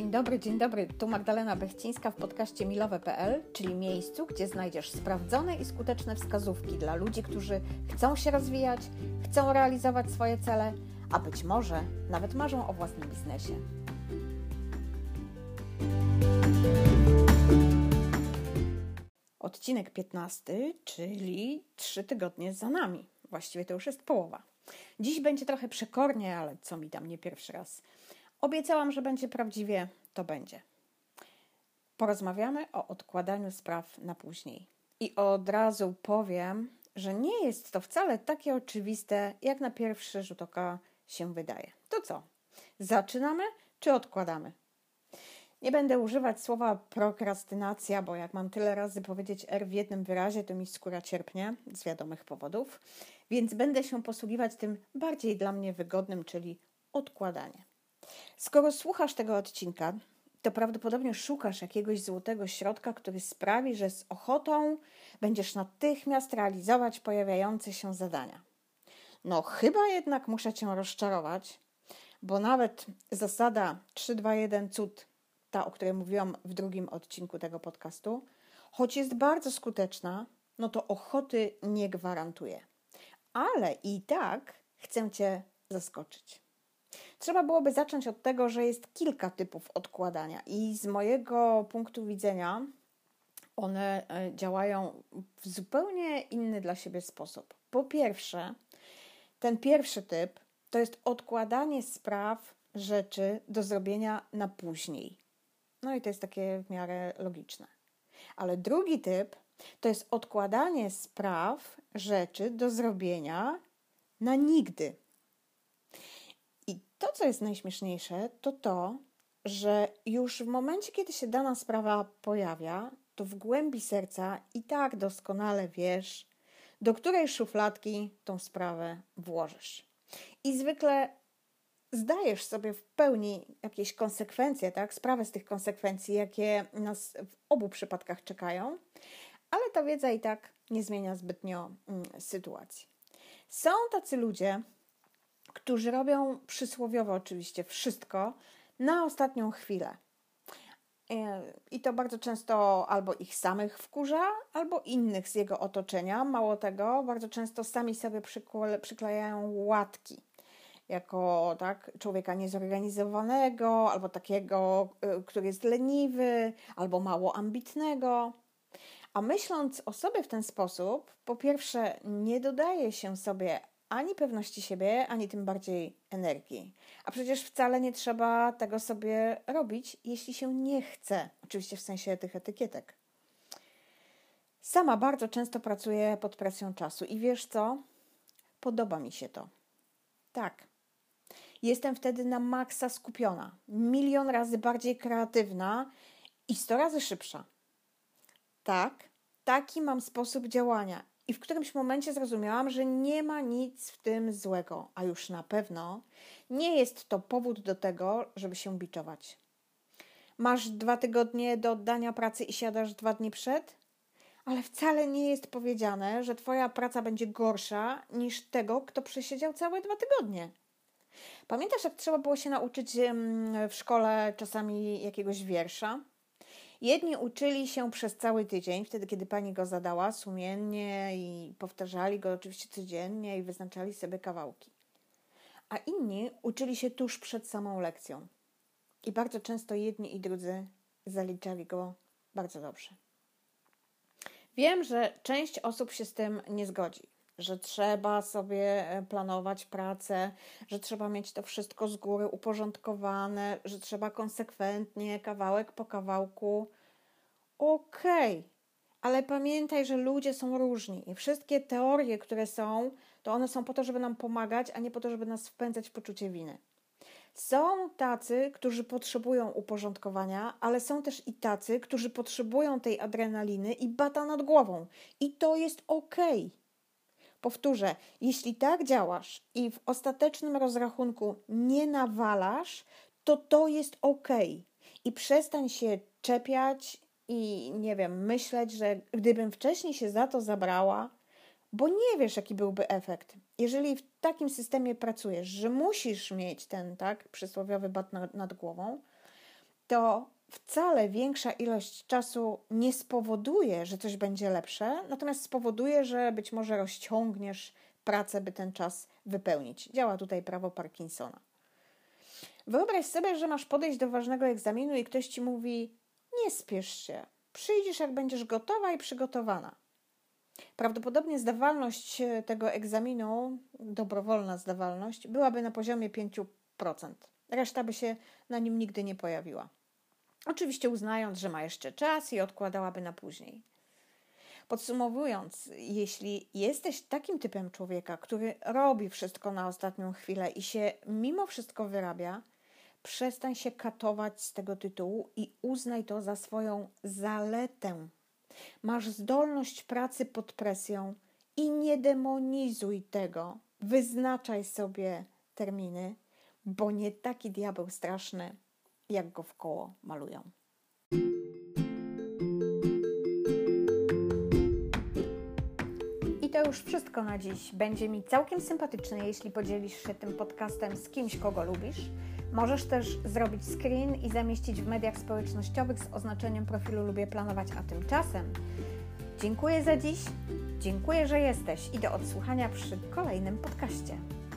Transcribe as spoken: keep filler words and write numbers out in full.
Dzień dobry, dzień dobry. Tu Magdalena Bechcińska w podcaście milowe kropka p l, czyli miejscu, gdzie znajdziesz sprawdzone i skuteczne wskazówki dla ludzi, którzy chcą się rozwijać, chcą realizować swoje cele, a być może nawet marzą o własnym biznesie. Odcinek piętnasty, czyli trzy tygodnie za nami. Właściwie to już jest połowa. Dziś będzie trochę przekornie, ale co mi tam, nie pierwszy raz. Obiecałam, że będzie prawdziwie, to będzie. Porozmawiamy o odkładaniu spraw na później. I od razu powiem, że nie jest to wcale takie oczywiste, jak na pierwszy rzut oka się wydaje. To co? Zaczynamy czy odkładamy? Nie będę używać słowa prokrastynacja, bo jak mam tyle razy powiedzieć R w jednym wyrazie, to mi skóra cierpnie z wiadomych powodów, więc będę się posługiwać tym bardziej dla mnie wygodnym, czyli odkładanie. Skoro słuchasz tego odcinka, to prawdopodobnie szukasz jakiegoś złotego środka, który sprawi, że z ochotą będziesz natychmiast realizować pojawiające się zadania. No chyba jednak muszę Cię rozczarować, bo nawet zasada trzy dwa jeden cud, ta, o której mówiłam w drugim odcinku tego podcastu, choć jest bardzo skuteczna, no to ochoty nie gwarantuje. Ale i tak chcę Cię zaskoczyć. Trzeba byłoby zacząć od tego, że jest kilka typów odkładania i z mojego punktu widzenia one działają w zupełnie inny dla siebie sposób. Po pierwsze, ten pierwszy typ to jest odkładanie spraw, rzeczy do zrobienia na później. No i to jest takie w miarę logiczne. Ale drugi typ to jest odkładanie spraw, rzeczy do zrobienia na nigdy. I to, co jest najśmieszniejsze, to to, że już w momencie, kiedy się dana sprawa pojawia, to w głębi serca i tak doskonale wiesz, do której szufladki tą sprawę włożysz. I zwykle zdajesz sobie w pełni jakieś konsekwencje, tak? Sprawę z tych konsekwencji, jakie nas w obu przypadkach czekają, ale ta wiedza i tak nie zmienia zbytnio mm, sytuacji. Są tacy ludzie, którzy robią przysłowiowo oczywiście wszystko na ostatnią chwilę. I to bardzo często albo ich samych wkurza, albo innych z jego otoczenia. Mało tego, bardzo często sami sobie przyklejają łatki jako tak, człowieka niezorganizowanego, albo takiego, który jest leniwy, albo mało ambitnego. A myśląc o sobie w ten sposób, po pierwsze nie dodaje się sobie ani pewności siebie, ani tym bardziej energii. A przecież wcale nie trzeba tego sobie robić, jeśli się nie chce. Oczywiście w sensie tych etykietek. Sama bardzo często pracuję pod presją czasu i wiesz co? Podoba mi się to. Tak. Jestem wtedy na maksa skupiona, milion razy bardziej kreatywna i sto razy szybsza. Tak, taki mam sposób działania. I w którymś momencie zrozumiałam, że nie ma nic w tym złego, a już na pewno nie jest to powód do tego, żeby się biczować. Masz dwa tygodnie do oddania pracy i siadasz dwa dni przed? Ale wcale nie jest powiedziane, że twoja praca będzie gorsza niż tego, kto przesiedział całe dwa tygodnie. Pamiętasz, jak trzeba było się nauczyć w szkole czasami jakiegoś wiersza? Jedni uczyli się przez cały tydzień, wtedy kiedy pani go zadała, sumiennie i powtarzali go oczywiście codziennie i wyznaczali sobie kawałki. A inni uczyli się tuż przed samą lekcją. I bardzo często jedni i drudzy zaliczali go bardzo dobrze. Wiem, że część osób się z tym nie zgodzi, że trzeba sobie planować pracę, że trzeba mieć to wszystko z góry uporządkowane, że trzeba konsekwentnie, kawałek po kawałku. Okej, okay. Ale pamiętaj, że ludzie są różni i wszystkie teorie, które są, to one są po to, żeby nam pomagać, a nie po to, żeby nas wpędzać w poczucie winy. Są tacy, którzy potrzebują uporządkowania, ale są też i tacy, którzy potrzebują tej adrenaliny i bata nad głową. I to jest okej. Okay. Powtórzę, jeśli tak działasz i w ostatecznym rozrachunku nie nawalasz, to to jest okej. Okay. I przestań się czepiać i nie wiem, myśleć, że gdybym wcześniej się za to zabrała, bo nie wiesz, jaki byłby efekt. Jeżeli w takim systemie pracujesz, że musisz mieć ten tak przysłowiowy bat nad, nad głową, to wcale większa ilość czasu nie spowoduje, że coś będzie lepsze, natomiast spowoduje, że być może rozciągniesz pracę, by ten czas wypełnić. Działa tutaj prawo Parkinsona. Wyobraź sobie, że masz podejść do ważnego egzaminu i ktoś ci mówi: nie spiesz się, przyjdziesz jak będziesz gotowa i przygotowana. Prawdopodobnie zdawalność tego egzaminu, dobrowolna zdawalność, byłaby na poziomie pięć procent. Reszta by się na nim nigdy nie pojawiła. Oczywiście uznając, że ma jeszcze czas i odkładałaby na później. Podsumowując, jeśli jesteś takim typem człowieka, który robi wszystko na ostatnią chwilę i się mimo wszystko wyrabia, przestań się katować z tego tytułu i uznaj to za swoją zaletę. Masz zdolność pracy pod presją i nie demonizuj tego. Wyznaczaj sobie terminy, bo nie taki diabeł straszny, jak go wkoło malują. I to już wszystko na dziś. Będzie mi całkiem sympatyczne, jeśli podzielisz się tym podcastem z kimś, kogo lubisz. Możesz też zrobić screen i zamieścić w mediach społecznościowych z oznaczeniem profilu Lubię Planować, a tymczasem dziękuję za dziś, dziękuję, że jesteś i do odsłuchania przy kolejnym podcaście.